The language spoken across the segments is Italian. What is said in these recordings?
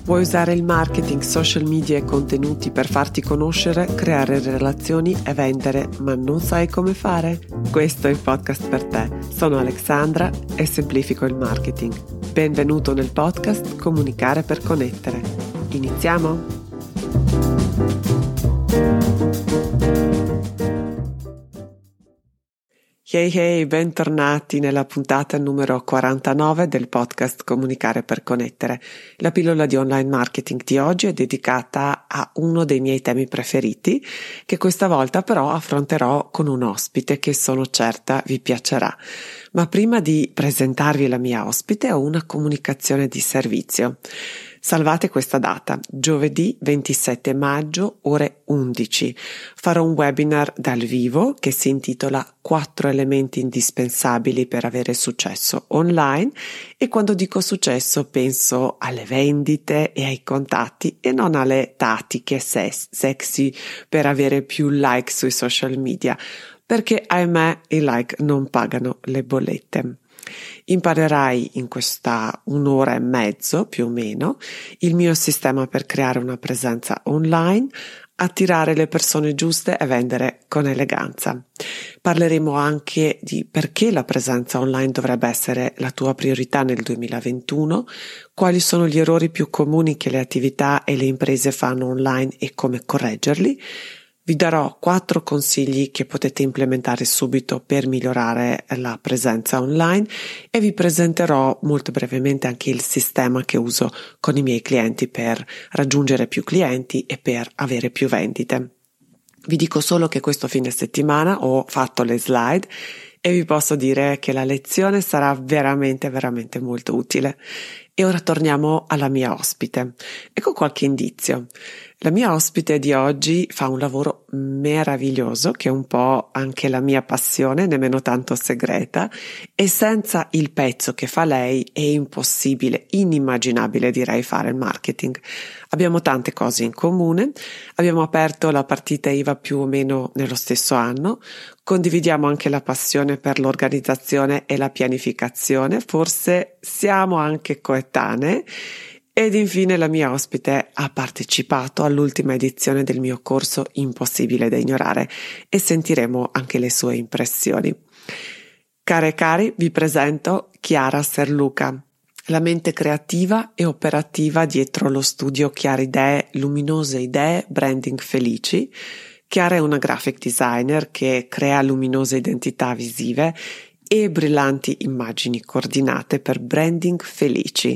Vuoi usare il marketing, social media e contenuti per farti conoscere, creare relazioni e vendere, ma non sai come fare? Questo è il podcast per te. Sono Alexandra e semplifico il marketing. Benvenuto nel podcast Comunicare per connettere. Iniziamo? Hey hey, bentornati nella puntata numero 49 del podcast Comunicare per connettere. La pillola di online marketing di oggi è dedicata a uno dei miei temi preferiti, che questa volta però affronterò con un ospite che sono certa vi piacerà. Ma prima di presentarvi la mia ospite ho una comunicazione di servizio. Salvate questa data, giovedì 27 maggio, ore 11. Farò un webinar dal vivo che si intitola 4 elementi indispensabili per avere successo online, e quando dico successo penso alle vendite e ai contatti e non alle tattiche sexy per avere più like sui social media, perché ahimè i like non pagano le bollette. Imparerai in questa un'ora e mezzo più o meno il mio sistema per creare una presenza online, attirare le persone giuste e vendere con eleganza. Parleremo anche di perché la presenza online dovrebbe essere la tua priorità nel 2021, quali sono gli errori più comuni che le attività e le imprese fanno online e come correggerli. Vi darò 4 consigli che potete implementare subito per migliorare la presenza online e vi presenterò molto brevemente anche il sistema che uso con i miei clienti per raggiungere più clienti e per avere più vendite. Vi dico solo che questo fine settimana ho fatto le slide e vi posso dire che la lezione sarà veramente molto utile. E ora torniamo alla mia ospite. Ecco qualche indizio. La mia ospite di oggi fa un lavoro meraviglioso, che è un po' anche la mia passione, nemmeno tanto segreta, e senza il pezzo che fa lei è impossibile, inimmaginabile direi fare il marketing. Abbiamo tante cose in comune, abbiamo aperto la partita IVA più o meno nello stesso anno, condividiamo anche la passione per l'organizzazione e la pianificazione, forse siamo anche coetanee. Ed infine la mia ospite ha partecipato all'ultima edizione del mio corso Impossibile da ignorare e sentiremo anche le sue impressioni. Care e cari, vi presento Chiara Serluca, la mente creativa e operativa dietro lo studio Chiare Idee, Luminose Idee, Branding Felici. Chiara è una graphic designer che crea luminose identità visive e brillanti immagini coordinate per branding felici.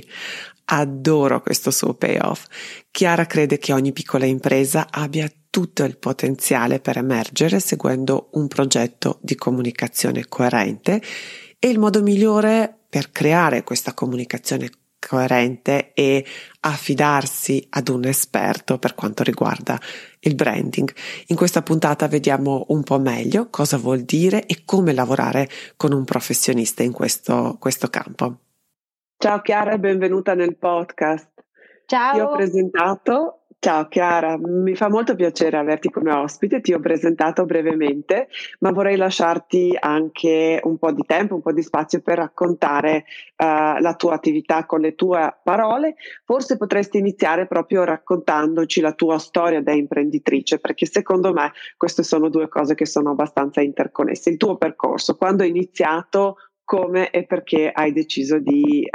Adoro questo suo payoff. Chiara crede che ogni piccola impresa abbia tutto il potenziale per emergere seguendo un progetto di comunicazione coerente, e il modo migliore per creare questa comunicazione coerente è affidarsi ad un esperto per quanto riguarda il branding. In questa puntata vediamo un po' meglio cosa vuol dire e come lavorare con un professionista in questo campo. Ciao Chiara, benvenuta nel podcast. Ciao. Ti ho presentato. Ciao Chiara, mi fa molto piacere averti come ospite, ti ho presentato brevemente, ma vorrei lasciarti anche un po' di tempo, un po' di spazio per raccontare la tua attività con le tue parole. Forse potresti iniziare proprio raccontandoci la tua storia da imprenditrice, perché secondo me queste sono due cose che sono abbastanza interconnesse. Il tuo percorso, quando hai iniziato, come e perché hai deciso di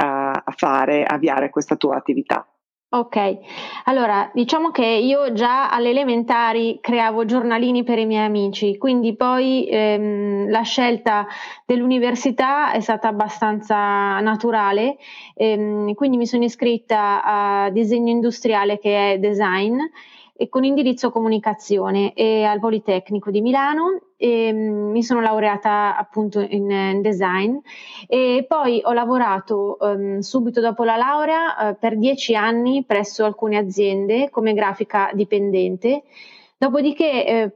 avviare questa tua attività. Ok, allora diciamo che io già alle elementari creavo giornalini per i miei amici, quindi poi la scelta dell'università è stata abbastanza naturale, quindi mi sono iscritta a disegno industriale, che è design, e con indirizzo comunicazione, e al Politecnico di Milano, e mi sono laureata appunto in design, e poi ho lavorato subito dopo la laurea per 10 anni presso alcune aziende come grafica dipendente. Dopodiché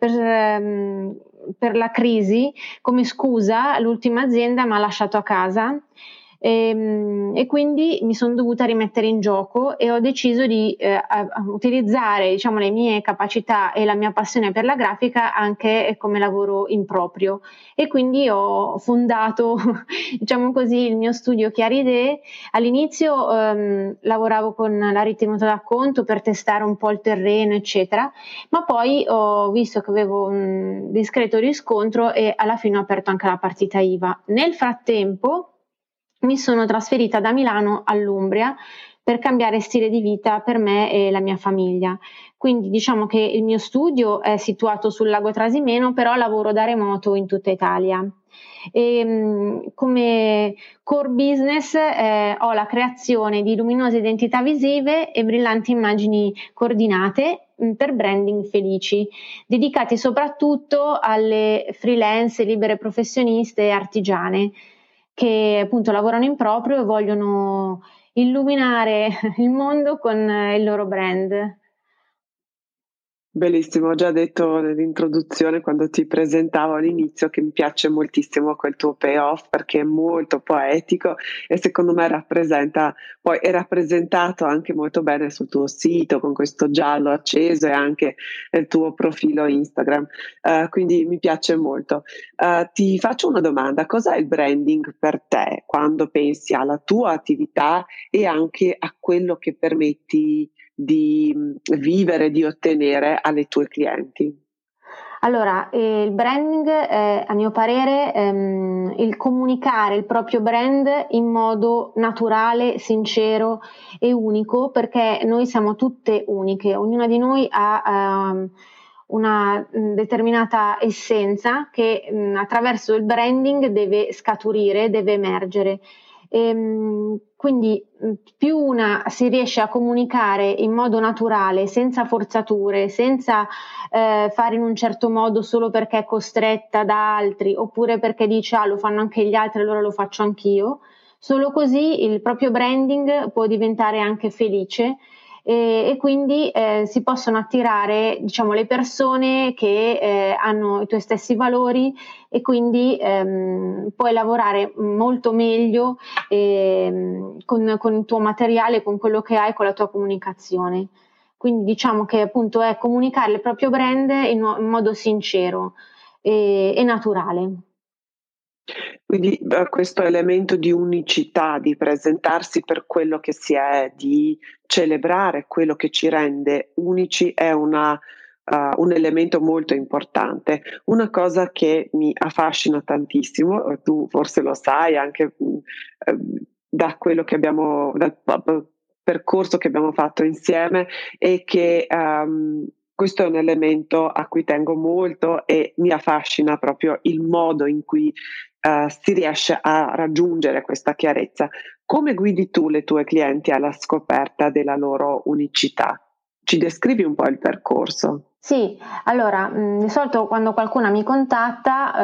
per la crisi, come scusa, l'ultima azienda mi ha lasciato a casa. e quindi mi sono dovuta rimettere in gioco e ho deciso di utilizzare, diciamo, le mie capacità e la mia passione per la grafica anche come lavoro in proprio, e quindi ho fondato diciamo così il mio studio Chiari Idee. All'inizio lavoravo con la ritenuta d'acconto per testare un po' il terreno eccetera, ma poi ho visto che avevo un discreto riscontro e alla fine ho aperto anche la partita IVA. Nel frattempo mi sono trasferita da Milano all'Umbria per cambiare stile di vita per me e la mia famiglia. Quindi diciamo che il mio studio è situato sul lago Trasimeno, però lavoro da remoto in tutta Italia. Come core business ho la creazione di luminose identità visive e brillanti immagini coordinate per branding felici, dedicati soprattutto alle freelance, libere professioniste e artigiane che appunto lavorano in proprio e vogliono illuminare il mondo con il loro brand. Bellissimo, ho già detto nell'introduzione quando ti presentavo all'inizio che mi piace moltissimo quel tuo payoff perché è molto poetico e secondo me rappresenta, poi è rappresentato anche molto bene sul tuo sito con questo giallo acceso e anche nel tuo profilo Instagram. Quindi mi piace molto. Ti faccio una domanda, cos'è il branding per te quando pensi alla tua attività e anche a quello che permetti di vivere, di ottenere alle tue clienti? Allora, il branding è, a mio parere, il comunicare il proprio brand in modo naturale, sincero e unico, perché noi siamo tutte uniche, ognuna di noi ha una determinata essenza che attraverso il branding deve scaturire, deve emergere. Quindi più una si riesce a comunicare in modo naturale, senza forzature, senza fare in un certo modo solo perché è costretta da altri oppure perché dice lo fanno anche gli altri allora lo faccio anch'io, solo così il proprio branding può diventare anche felice e quindi si possono attirare, diciamo, le persone che hanno i tuoi stessi valori e quindi puoi lavorare molto meglio con il tuo materiale, con quello che hai, con la tua comunicazione. Quindi diciamo che appunto è comunicare il proprio brand in modo sincero e naturale. Quindi questo elemento di unicità, di presentarsi per quello che si è, di celebrare quello che ci rende unici è un elemento molto importante. Una cosa che mi affascina tantissimo, tu forse lo sai anche da quello che abbiamo, dal percorso che abbiamo fatto insieme, è che questo è un elemento a cui tengo molto e mi affascina proprio il modo in cui si riesce a raggiungere questa chiarezza. Come guidi tu le tue clienti alla scoperta della loro unicità? Ci descrivi un po' il percorso? Sì, allora di solito quando qualcuno mi contatta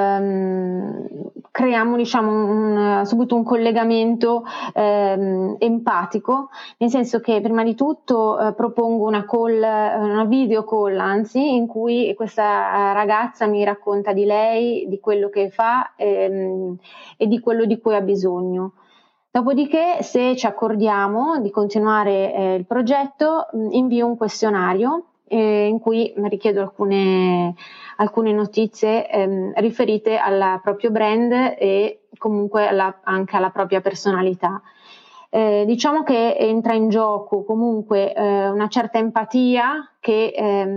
creiamo diciamo subito un collegamento empatico, nel senso che prima di tutto propongo una video call anzi, in cui questa ragazza mi racconta di lei, di quello che fa e di quello di cui ha bisogno. Dopodiché, se ci accordiamo di continuare il progetto, invio un questionario in cui richiedo alcune notizie riferite al proprio brand e comunque anche alla propria personalità. Diciamo che entra in gioco comunque una certa empatia che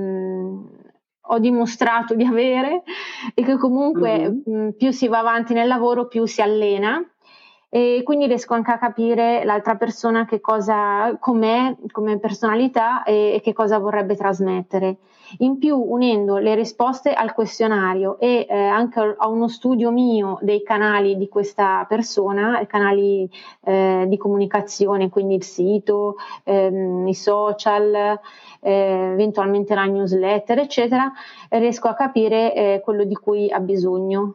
ho dimostrato di avere e che comunque più si va avanti nel lavoro più si allena e quindi riesco anche a capire l'altra persona che cosa, com'è come personalità e che cosa vorrebbe trasmettere. In più, unendo le risposte al questionario e anche a uno studio mio dei canali di questa persona, i canali di comunicazione, quindi il sito, i social, eventualmente la newsletter, eccetera, riesco a capire quello di cui ha bisogno.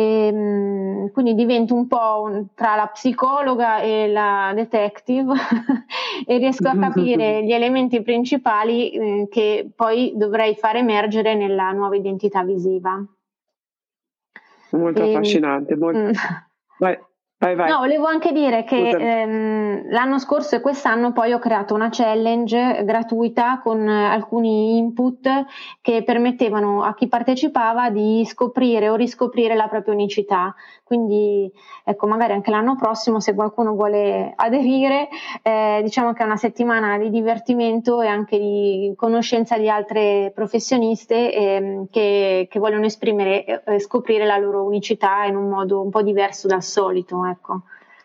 Quindi divento un po' tra la psicologa e la detective e riesco a capire gli elementi principali che poi dovrei far emergere nella nuova identità visiva. Molto affascinante. Vai. Vai, vai. No, volevo anche dire che Scusami. l'anno scorso e quest'anno poi ho creato una challenge gratuita con alcuni input che permettevano a chi partecipava di scoprire o riscoprire la propria unicità. Quindi ecco, magari anche l'anno prossimo, se qualcuno vuole aderire, diciamo che è una settimana di divertimento e anche di conoscenza di altre professioniste che vogliono esprimere e scoprire la loro unicità in un modo un po' diverso dal solito, ecco.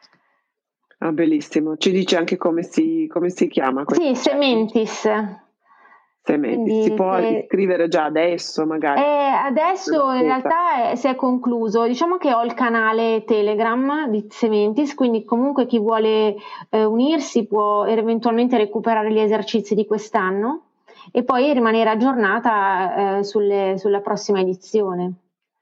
Ah, bellissimo. Ci dice anche come si chiama questo Sì, challenge? Sementis. Sementi. Si Quindi può iscrivere già adesso, magari? adesso in realtà si è concluso. Diciamo che ho il canale Telegram di Sementis, quindi comunque chi vuole unirsi può eventualmente recuperare gli esercizi di quest'anno e poi rimanere aggiornata sulla prossima edizione.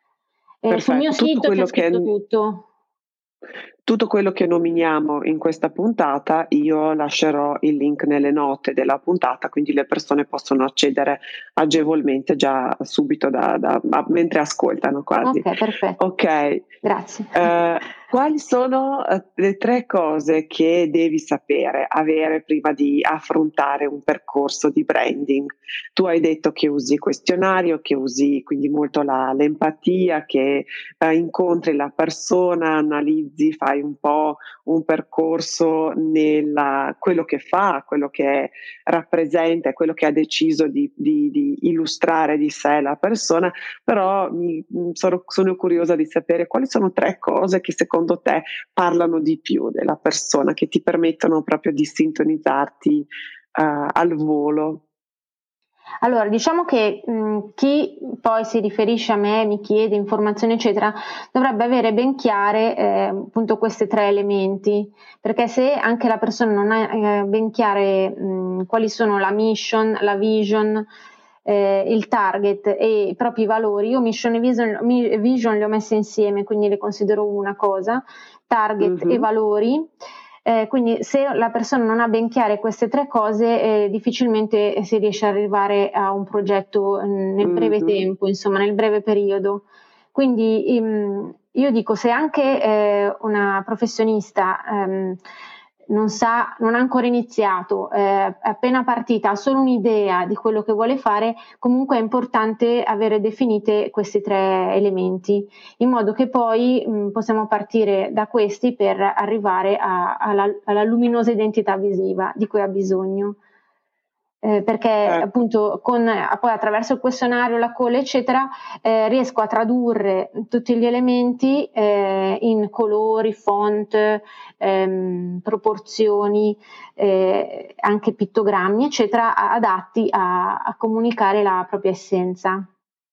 Sul mio Perfetto. sito c'è scritto tutto. Tutto quello che nominiamo in questa puntata, io lascerò il link nelle note della puntata, quindi le persone possono accedere agevolmente già subito mentre ascoltano quasi. Ok, perfetto. Ok. Grazie. Quali sono le 3 cose che devi avere prima di affrontare un percorso di branding? Tu hai detto che usi questionario, che usi quindi molto l'empatia, che incontri la persona, analizzi, fai un po' un percorso nella quello che fa, quello che rappresenta, quello che ha deciso di illustrare di sé la persona, però sono curiosa di sapere quali sono 3 cose che secondo te parlano di più della persona, che ti permettono proprio di sintonizzarti al volo. Allora, diciamo che chi poi si riferisce a me, mi chiede informazioni, eccetera, dovrebbe avere ben chiare appunto questi 3 elementi, perché se anche la persona non ha ben chiare quali sono la mission, la vision, il target e i propri valori, io mission e vision le ho messe insieme, quindi le considero una cosa, target e Mm-hmm. valori. Quindi se la persona non ha ben chiare queste 3 cose, difficilmente si riesce ad arrivare a un progetto nel breve Mm-hmm. tempo, insomma, nel breve periodo. Quindi io dico, se anche una professionista non ha ancora iniziato, è appena partita, ha solo un'idea di quello che vuole fare, comunque è importante avere definite questi 3 elementi, in modo che poi possiamo partire da questi per arrivare alla luminosa identità visiva di cui ha bisogno. Perché appunto poi attraverso il questionario, la call eccetera, riesco a tradurre tutti gli elementi in colori, font, proporzioni, anche pittogrammi eccetera, adatti a comunicare la propria essenza.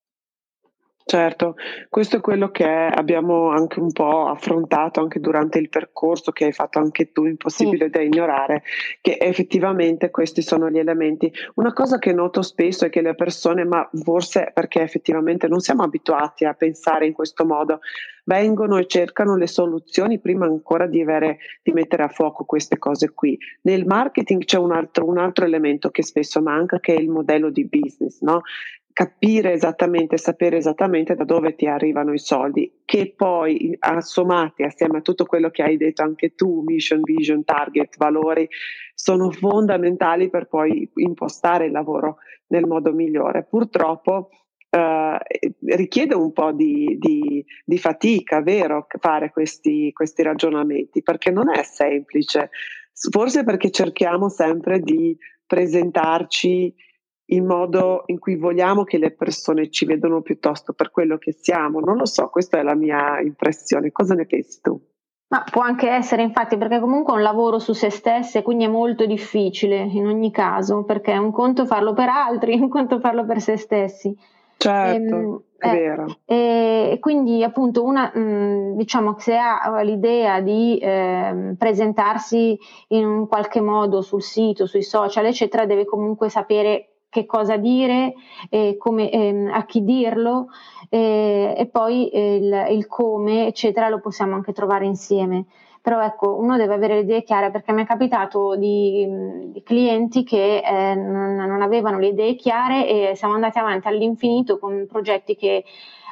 Certo, questo è quello che abbiamo anche un po' affrontato anche durante il percorso che hai fatto anche tu, impossibile Sì. da ignorare, che effettivamente questi sono gli elementi. Una cosa che noto spesso è che le persone, ma forse perché effettivamente non siamo abituati a pensare in questo modo, vengono e cercano le soluzioni prima ancora di mettere a fuoco queste cose qui. Nel marketing c'è un altro elemento che spesso manca, che è il modello di business, no? Capire esattamente, sapere esattamente da dove ti arrivano i soldi, che poi assommati assieme a tutto quello che hai detto anche tu, mission, vision, target, valori, sono fondamentali per poi impostare il lavoro nel modo migliore. Purtroppo richiede un po' di fatica, vero, fare questi ragionamenti, perché non è semplice, forse perché cerchiamo sempre di presentarci il modo in cui vogliamo che le persone ci vedano piuttosto per quello che siamo. Non lo so, questa è la mia impressione. Cosa ne pensi tu? Ma può anche essere, infatti, perché comunque è un lavoro su se stesse, quindi è molto difficile in ogni caso, perché è un conto farlo per altri, un conto farlo per se stessi. Certo, è vero. E quindi appunto diciamo che se ha l'idea di presentarsi in un qualche modo sul sito, sui social, eccetera, deve comunque sapere che cosa dire, come, a chi dirlo e poi il come, eccetera, lo possiamo anche trovare insieme. Però ecco, uno deve avere le idee chiare, perché mi è capitato di clienti che non avevano le idee chiare e siamo andati avanti all'infinito con progetti che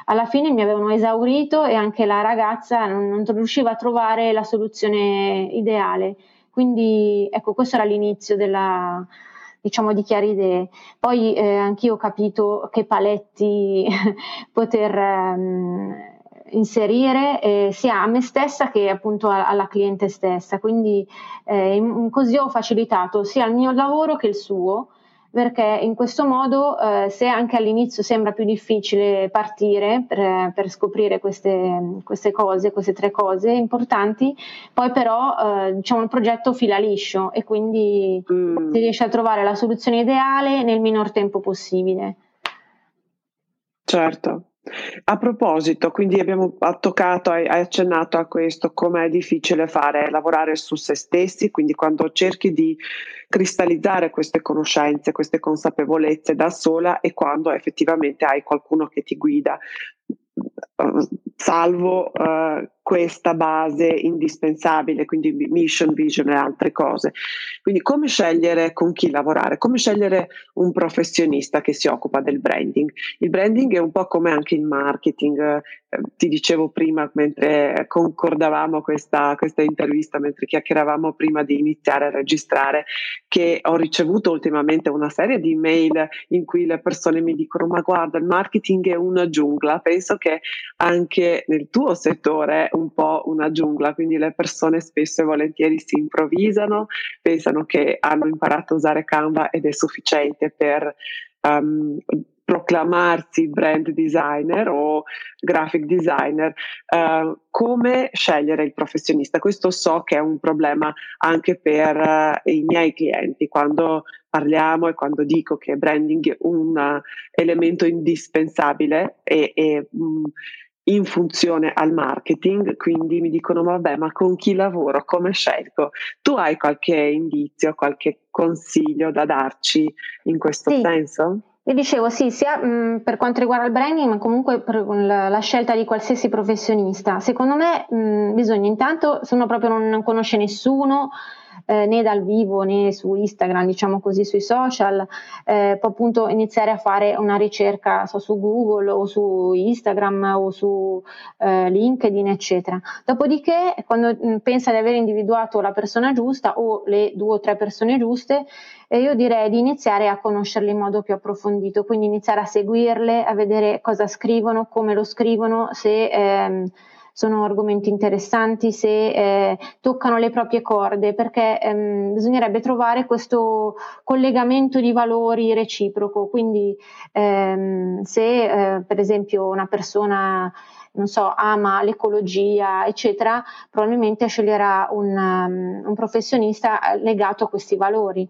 alla fine mi avevano esaurito e anche la ragazza non riusciva a trovare la soluzione ideale. Quindi ecco, questo era l'inizio diciamo, di Chiare Idee. Poi anch'io ho capito che paletti poter inserire sia a me stessa che appunto alla cliente stessa. Quindi così ho facilitato sia il mio lavoro che il suo, perché in questo modo, se anche all'inizio sembra più difficile partire per scoprire queste cose, queste 3 cose importanti, poi però diciamo il progetto fila liscio e quindi si riesce a trovare la soluzione ideale nel minor tempo possibile. Certo. A proposito, quindi abbiamo toccato, hai accennato a questo, come è difficile lavorare su se stessi, quindi quando cerchi di cristallizzare queste conoscenze, queste consapevolezze da sola e quando effettivamente hai qualcuno che ti guida, salvo questa base indispensabile, quindi mission, vision e altre cose. Quindi come scegliere con chi lavorare, come scegliere un professionista che si occupa del branding. Il branding è un po' come anche il marketing, ti dicevo prima mentre concordavamo questa intervista, mentre chiacchieravamo prima di iniziare a registrare, che ho ricevuto ultimamente una serie di email in cui le persone mi dicono: ma guarda, il marketing è una giungla. Penso che anche nel tuo settore è un po' una giungla, quindi le persone spesso e volentieri si improvvisano, pensano che hanno imparato a usare Canva ed è sufficiente per proclamarsi brand designer o graphic designer. Come scegliere il professionista? Questo so che è un problema anche per i miei clienti, quando parliamo e quando dico che branding è un elemento indispensabile e in funzione al marketing, quindi mi dicono: vabbè, ma con chi lavoro, come scelgo? Tu hai qualche indizio, qualche consiglio da darci in questo senso? Io dicevo sì, sia per quanto riguarda il branding, ma comunque per la scelta di qualsiasi professionista. Secondo me bisogna intanto, se uno proprio non conosce nessuno, né dal vivo né su Instagram, diciamo così, sui social, può appunto iniziare a fare una ricerca su Google o su Instagram o su LinkedIn, eccetera. Dopodiché, quando pensa di aver individuato la persona giusta o le 2 o 3 persone giuste, io direi di iniziare a conoscerle in modo più approfondito, quindi iniziare a seguirle, a vedere cosa scrivono, come lo scrivono, se sono argomenti interessanti, se toccano le proprie corde, perché bisognerebbe trovare questo collegamento di valori reciproco. Quindi se per esempio una persona, non so, ama l'ecologia, eccetera, probabilmente sceglierà un professionista legato a questi valori.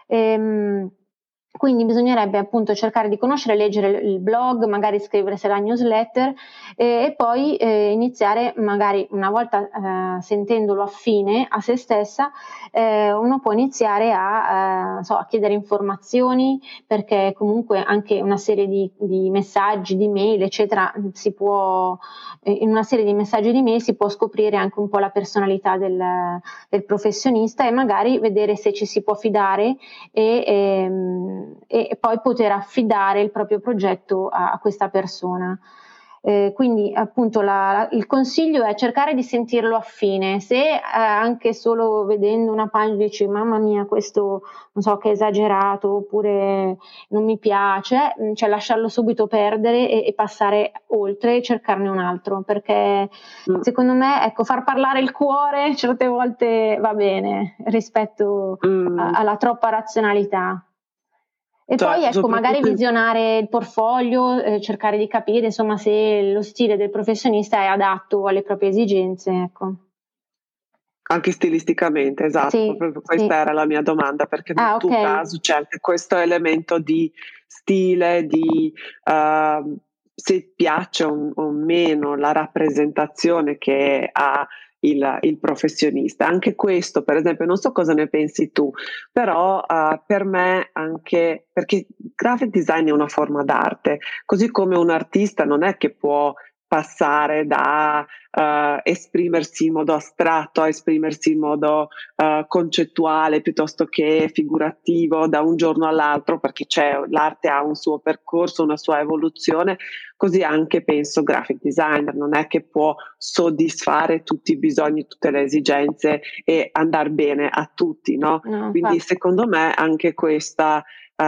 Quindi bisognerebbe appunto cercare di conoscere, leggere il blog, magari iscriversi alla newsletter e poi iniziare, magari una volta sentendolo affine a se stessa, uno può iniziare a chiedere informazioni, perché comunque anche una serie di messaggi, di mail, eccetera, in una serie di messaggi di mail si può scoprire anche un po' la personalità del professionista e magari vedere se ci si può fidare e poi poter affidare il proprio progetto a questa persona. Quindi appunto il consiglio è cercare di sentirlo affine. Se anche solo vedendo una pagina dici: mamma mia, questo non so, che è esagerato, oppure non mi piace, cioè lasciarlo subito perdere e passare oltre e cercarne un altro, perché secondo me, ecco, far parlare il cuore certe volte va bene rispetto alla troppa razionalità. E poi ecco, magari visionare il portfolio, cercare di capire insomma se lo stile del professionista è adatto alle proprie esigenze, ecco. Anche stilisticamente, esatto, Sì, proprio questa era la mia domanda, perché nel tuo caso c'è anche questo elemento di stile, di se piace o meno la rappresentazione che ha il professionista. Anche questo, per esempio, non so cosa ne pensi tu, però per me anche, perché graphic design è una forma d'arte, così come un artista non è che può passare da esprimersi in modo astratto a esprimersi in modo concettuale piuttosto che figurativo da un giorno all'altro, perché l'arte ha un suo percorso, una sua evoluzione. Così anche penso graphic designer non è che può soddisfare tutti i bisogni, tutte le esigenze e andare bene a tutti, no? No, Quindi infatti. secondo me anche questa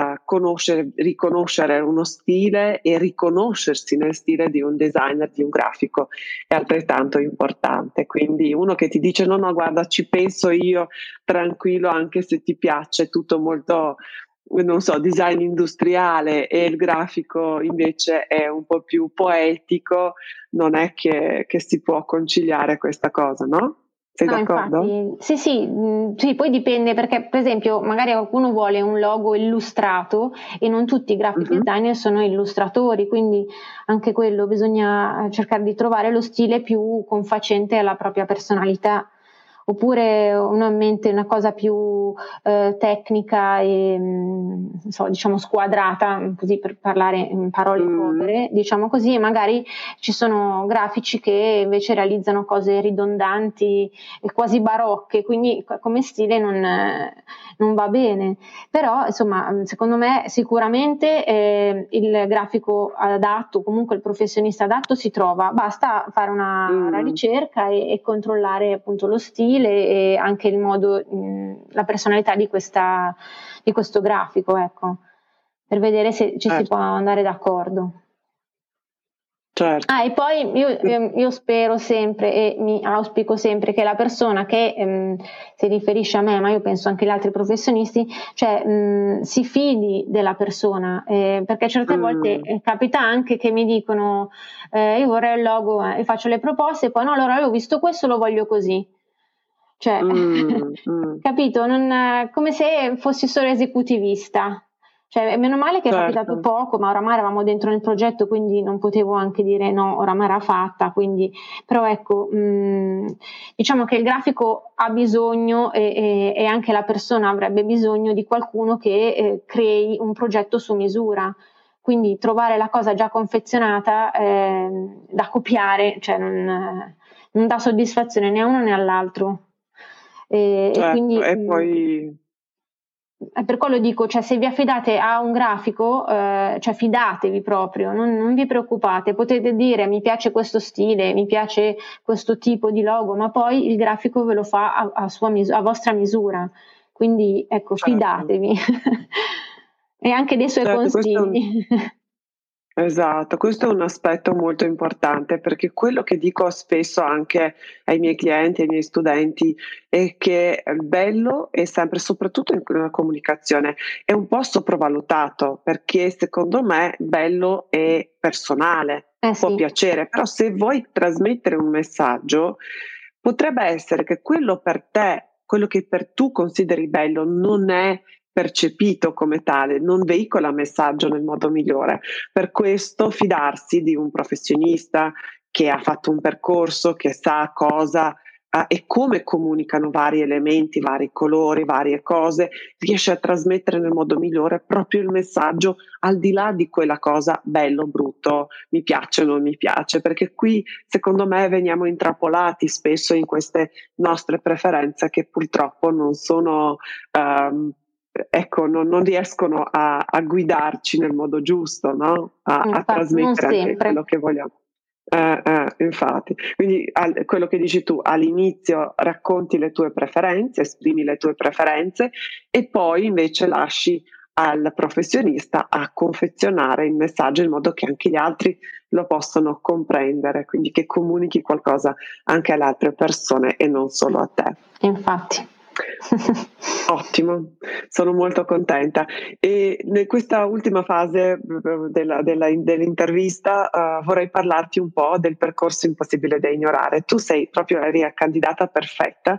riconoscere uno stile e riconoscersi nel stile di un designer, di un grafico è altrettanto importante. Quindi uno che ti dice no, no, guarda, ci penso io, tranquillo, anche se ti piace tutto molto, non so, design industriale e il grafico invece è un po' più poetico, non è che si può conciliare questa cosa, no? Sei No, d'accordo? infatti, sì, sì, sì, poi dipende perché, per esempio, magari qualcuno vuole un logo illustrato e non tutti i graphic Mhm. designer sono illustratori, quindi anche quello bisogna cercare di trovare lo stile più confacente alla propria personalità. Oppure uno ha in mente una cosa più tecnica e non so, diciamo squadrata, così per parlare in parole Mm, povere, diciamo così, e magari ci sono grafici che invece realizzano cose ridondanti e quasi barocche, quindi come stile non va bene. Però, insomma, secondo me sicuramente il grafico adatto, comunque il professionista adatto si trova, basta fare una mm. ricerca e controllare appunto lo stile e anche il modo, la personalità di questo grafico, ecco, per vedere se ci si può Certo, andare d'accordo. certo. Ah, e poi io spero sempre e mi auspico sempre che la persona che si riferisce a me, ma io penso anche agli altri professionisti, cioè si fidi della persona, perché certe volte Mm, capita anche che mi dicono io vorrei il logo e faccio le proposte e poi no, allora io ho visto questo, lo voglio così. Cioè, mm, mm. capito? Come se fossi solo esecutivista. Cioè, meno male che è capitato Certo, poco, ma oramai eravamo dentro nel progetto, quindi non potevo anche dire no, oramai era fatta. Quindi, però ecco, diciamo che il grafico ha bisogno e anche la persona avrebbe bisogno di qualcuno che crei un progetto su misura. Quindi trovare la cosa già confezionata da copiare, cioè non dà soddisfazione né a uno né all'altro. E certo. quindi E poi per quello dico, cioè, se vi affidate a un grafico, cioè fidatevi proprio, non vi preoccupate, potete dire mi piace questo stile, mi piace questo tipo di logo, ma poi il grafico ve lo fa a vostra misura. Quindi ecco, certo, fidatevi e anche dei suoi certo, consigli. esatto, questo è un aspetto molto importante perché quello che dico spesso anche ai miei clienti, ai miei studenti, è che il bello è sempre, soprattutto in una comunicazione, è un po' sopravvalutato perché secondo me bello è personale, Eh può sì, piacere, però se vuoi trasmettere un messaggio, potrebbe essere che quello per te, quello che per tu consideri bello, non è percepito come tale, non veicola messaggio nel modo migliore. Per questo fidarsi di un professionista che ha fatto un percorso, che sa cosa e come comunicano vari elementi, vari colori, varie cose, riesce a trasmettere nel modo migliore proprio il messaggio al di là di quella cosa bello, brutto, mi piace o non mi piace, perché qui secondo me veniamo intrappolati spesso in queste nostre preferenze che purtroppo non sono ecco, non riescono a guidarci nel modo giusto, no? A infatti, non trasmettere anche quello sempre. che vogliamo. Infatti, quindi quello che dici tu, all'inizio racconti le tue preferenze, esprimi le tue preferenze e poi invece lasci al professionista a confezionare il messaggio in modo che anche gli altri lo possano comprendere, quindi che comunichi qualcosa anche alle altre persone e non solo a te. Infatti. Ottimo, sono molto contenta. E in questa ultima fase dell'intervista vorrei parlarti un po' del percorso impossibile da ignorare. Tu eri la candidata perfetta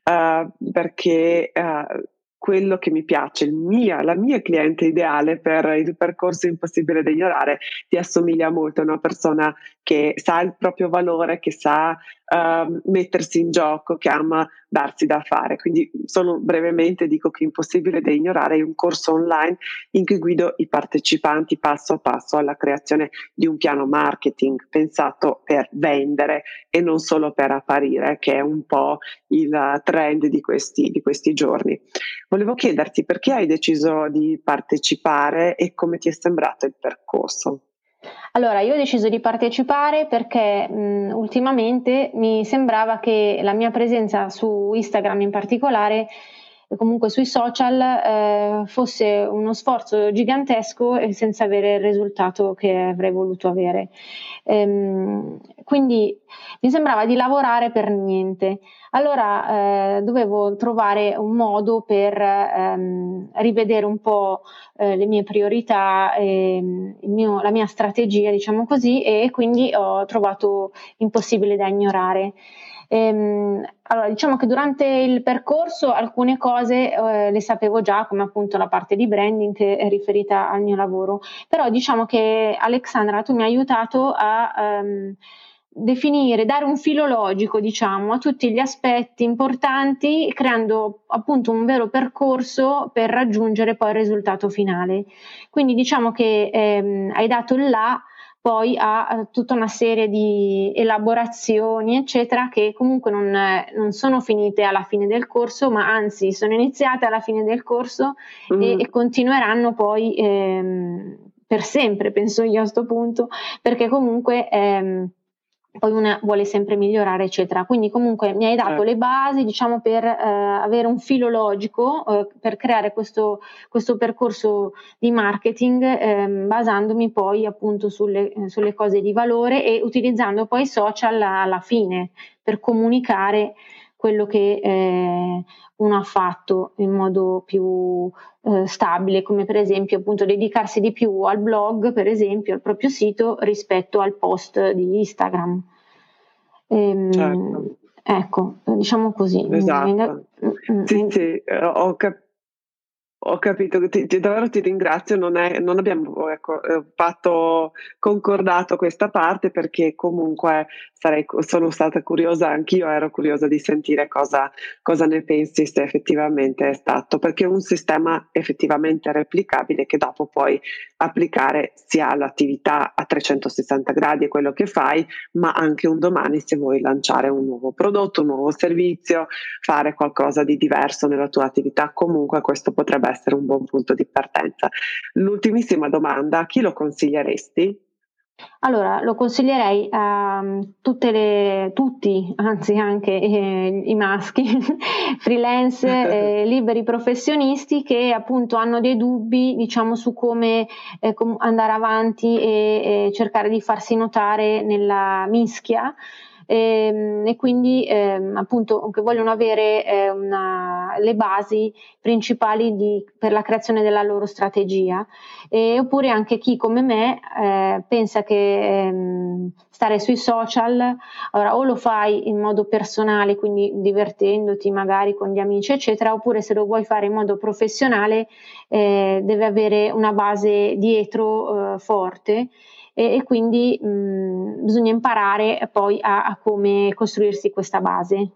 perché quello che mi piace, la mia cliente ideale per il percorso impossibile da ignorare ti assomiglia molto a una persona che sa il proprio valore, che sa mettersi in gioco, che ama darsi da fare. Quindi solo brevemente dico che Impossibile da ignorare è un corso online in cui guido i partecipanti passo a passo alla creazione di un piano marketing pensato per vendere e non solo per apparire, che è un po' il trend di questi giorni. Volevo chiederti perché hai deciso di partecipare e come ti è sembrato il percorso. Allora, io ho deciso di partecipare perché ultimamente mi sembrava che la mia presenza su Instagram in particolare, e comunque sui social, fosse uno sforzo gigantesco e senza avere il risultato che avrei voluto avere. Quindi mi sembrava di lavorare per niente. Allora dovevo trovare un modo per rivedere un po' le mie priorità, la mia strategia, diciamo così, e quindi ho trovato Impossibile da ignorare. Allora, diciamo che durante il percorso alcune cose le sapevo già, come appunto la parte di branding che è riferita al mio lavoro, però diciamo che Alexandra, tu mi hai aiutato a definire, dare un filo logico, diciamo, a tutti gli aspetti importanti, creando appunto un vero percorso per raggiungere poi il risultato finale. Quindi diciamo che hai dato il là poi a tutta una serie di elaborazioni, eccetera, che comunque non sono finite alla fine del corso, ma anzi sono iniziate alla fine del corso e continueranno poi per sempre, penso io a sto punto, perché comunque poi una vuole sempre migliorare, eccetera. Quindi comunque mi hai dato le basi, diciamo, per avere un filo logico, per creare questo percorso di marketing, basandomi poi appunto sulle cose di valore e utilizzando poi i social alla fine per comunicare quello che uno ha fatto in modo più stabile, come per esempio appunto dedicarsi di più al blog, per esempio, al proprio sito rispetto al post di Instagram. Certo. Ecco, diciamo così. Esatto. Sì, ho capito, davvero ti ringrazio, non abbiamo fatto concordato questa parte perché comunque sono stata curiosa, anch'io ero curiosa di sentire cosa ne pensi, se effettivamente è stato, perché è un sistema effettivamente replicabile che dopo puoi applicare sia all'attività a 360 gradi, è quello che fai, ma anche un domani se vuoi lanciare un nuovo prodotto, un nuovo servizio, fare qualcosa di diverso nella tua attività, comunque questo potrebbe essere un buon punto di partenza. L'ultimissima domanda, a chi lo consiglieresti? Allora, lo consiglierei a tutti, anzi anche i maschi, freelance, liberi professionisti che appunto hanno dei dubbi, diciamo, su come andare avanti e cercare di farsi notare nella mischia. E quindi appunto che vogliono avere le basi principali per la creazione della loro strategia, oppure anche chi come me pensa che stare sui social, allora o lo fai in modo personale, quindi divertendoti magari con gli amici eccetera, oppure se lo vuoi fare in modo professionale deve avere una base dietro forte, e quindi bisogna imparare poi a come costruirsi questa base.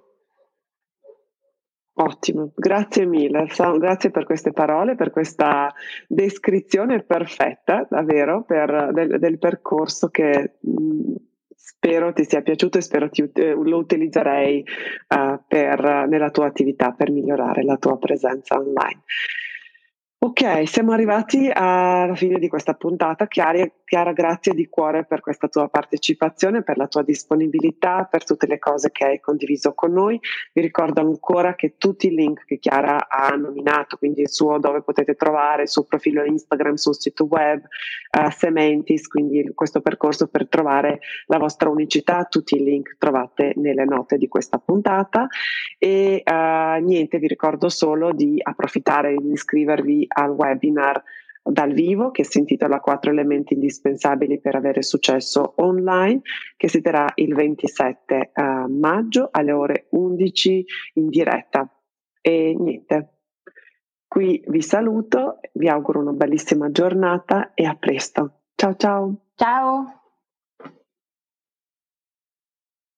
Ottimo, grazie mille, grazie per queste parole, per questa descrizione perfetta, davvero, del percorso che spero ti sia piaciuto e spero lo utilizzerei nella tua attività per migliorare la tua presenza online. Ok, siamo arrivati alla fine di questa puntata. Chiara, grazie di cuore per questa tua partecipazione, per la tua disponibilità, per tutte le cose che hai condiviso con noi. Vi ricordo ancora che tutti i link che Chiara ha nominato, quindi il suo dove potete trovare, il suo profilo Instagram, sul sito web, Sementis, quindi questo percorso per trovare la vostra unicità, tutti i link trovate nelle note di questa puntata. E niente, vi ricordo solo di approfittare e di iscrivervi al webinar dal vivo che si intitola 4 elementi indispensabili per avere successo online, che si terrà il 27 maggio alle ore 11 in diretta. E niente, qui vi saluto, vi auguro una bellissima giornata e a presto. Ciao ciao. Ciao.